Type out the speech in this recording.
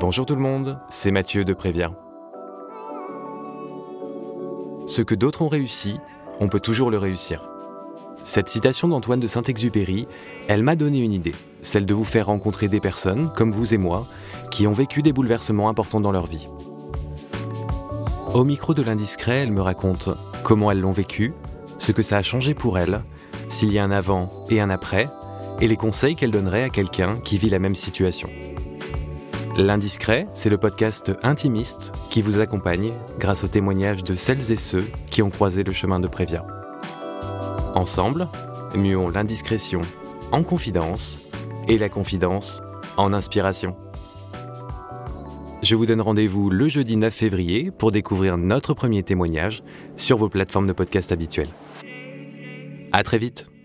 Bonjour tout le monde, c'est Mathieu de Prévia. Ce que d'autres ont réussi, on peut toujours le réussir. Cette citation d'Antoine de Saint-Exupéry, elle m'a donné une idée, celle de vous faire rencontrer des personnes, comme vous et moi, qui ont vécu des bouleversements importants dans leur vie. Au micro de l'Indiscret, elle me raconte comment elles l'ont vécu, ce que ça a changé pour elles, s'il y a un avant et un après, et les conseils qu'elle donnerait à quelqu'un qui vit la même situation. L'Indiscret, c'est le podcast intimiste qui vous accompagne grâce aux témoignages de celles et ceux qui ont croisé le chemin de Prévia. Ensemble, muons l'indiscrétion en confidence et la confidence en inspiration. Je vous donne rendez-vous le jeudi 9 février pour découvrir notre premier témoignage sur vos plateformes de podcast habituelles. À très vite.